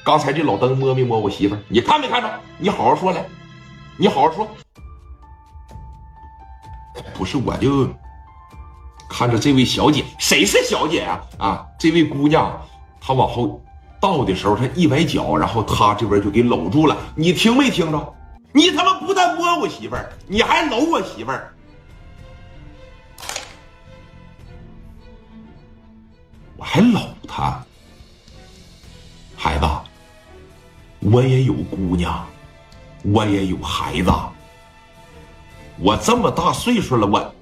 刚才这老登摸没摸我媳妇儿？你看没看着？你好好说来，你好好说。不是，我就看着这位小姐，谁是小姐呀？啊，这位姑娘，她往后倒的时候，她一崴脚，然后她这边就给搂住了。你听没听着？你他妈不但摸我媳妇儿，你还搂我媳妇儿。我还搂她。孩子，我也有姑娘，我也有孩子，我这么大岁数了，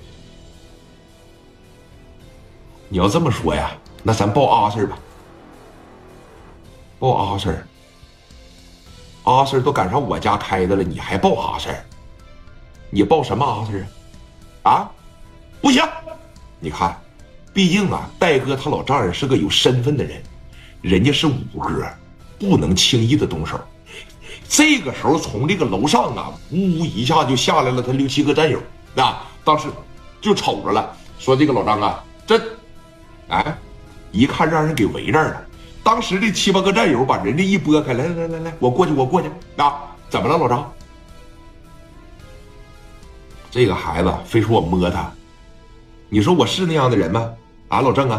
你要这么说呀，那咱报阿 Sir 吧，报阿 Sir， 阿 Sir 都赶上我家开的了，你还报阿 Sir？ 你报什么阿 Sir 啊？不行，你看，毕竟啊，戴哥他老丈人是个有身份的人。人家是五哥，不能轻易的动手。这个时候从这个楼上啊，呜呜一下就下来了他6、7个战友啊，当时就瞅着了，说这个老张啊，这，哎，一看让人给围这儿了。当时这7、8个战友把人家一拨开，来，我过去啊，怎么了老张？这个孩子非说我摸他，你说我是那样的人吗？啊，老郑啊。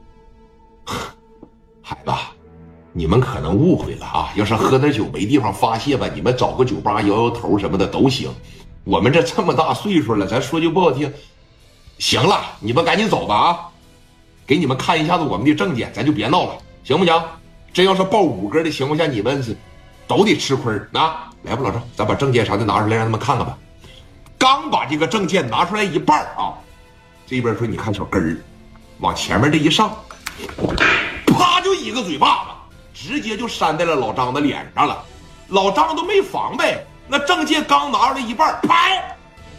孩子，你们可能误会了啊！要是喝点酒没地方发泄吧，你们找个酒吧摇摇头什么的都行。我们这么大岁数了，咱说句不好听，行了，你们赶紧走吧啊！给你们看一下子我们的证件，咱就别闹了，行不行？真要是报五哥的情况下，你们是都得吃亏啊！来吧，老郑，咱把证件啥的拿出来让他们看看吧。刚把这个证件拿出来一半啊，这边说你看小根儿，往前面这一上。啪就一个嘴巴子，直接就扇在了老张的脸上了。老张都没防备，那证件刚拿出来一半，拍！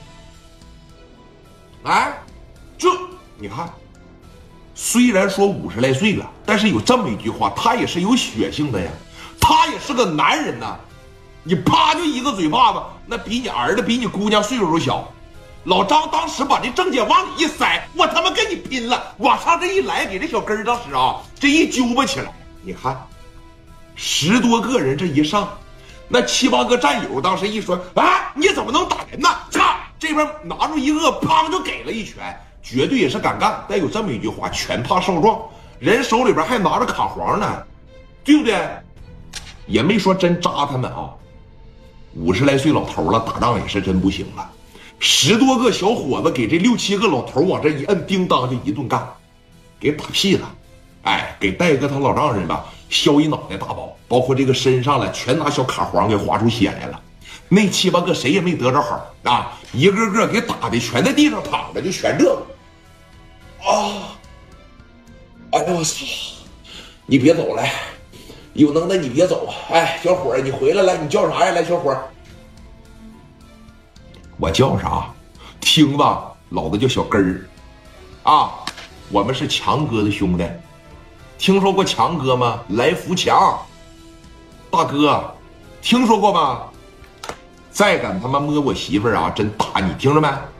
哎，这你看，虽然说50来岁了，但是有这么一句话，他也是有血性的呀，他也是个男人呐。你啪就一个嘴巴子，那比你儿子比你姑娘岁数都小。老张当时把这证件往里一塞，我他妈跟你拼了！往上这一来，给这小根儿当时啊，这一揪吧起来。你看，10多个人这一上，那7、8个战友当时一说啊，你怎么能打人呢？嚓，这边拿出一个，砰就给了一拳，绝对也是敢干。但有这么一句话，拳怕少壮，人手里边还拿着卡簧呢，对不对？也没说真扎他们啊。50来岁老头了，打仗也是真不行了。10多个小伙子给这6、7个老头往这一摁，叮当就一顿干，给打屁了。哎，给戴哥他老丈人吧削一脑袋大包，包括这个身上了，全拿小卡簧给划出血来了。那7、8个谁也没得着好啊，一个个给打的全在地上躺着，就全这个。啊！哎呦我操！你别走了，有能耐你别走。哎，小伙儿，你回来了，你叫啥呀？来，小伙儿。我叫啥？听吧，老子叫小根儿，啊，我们是强哥的兄弟，听说过强哥吗？来福强，大哥，听说过吗？再敢他妈摸我媳妇儿啊，真打你，听着没？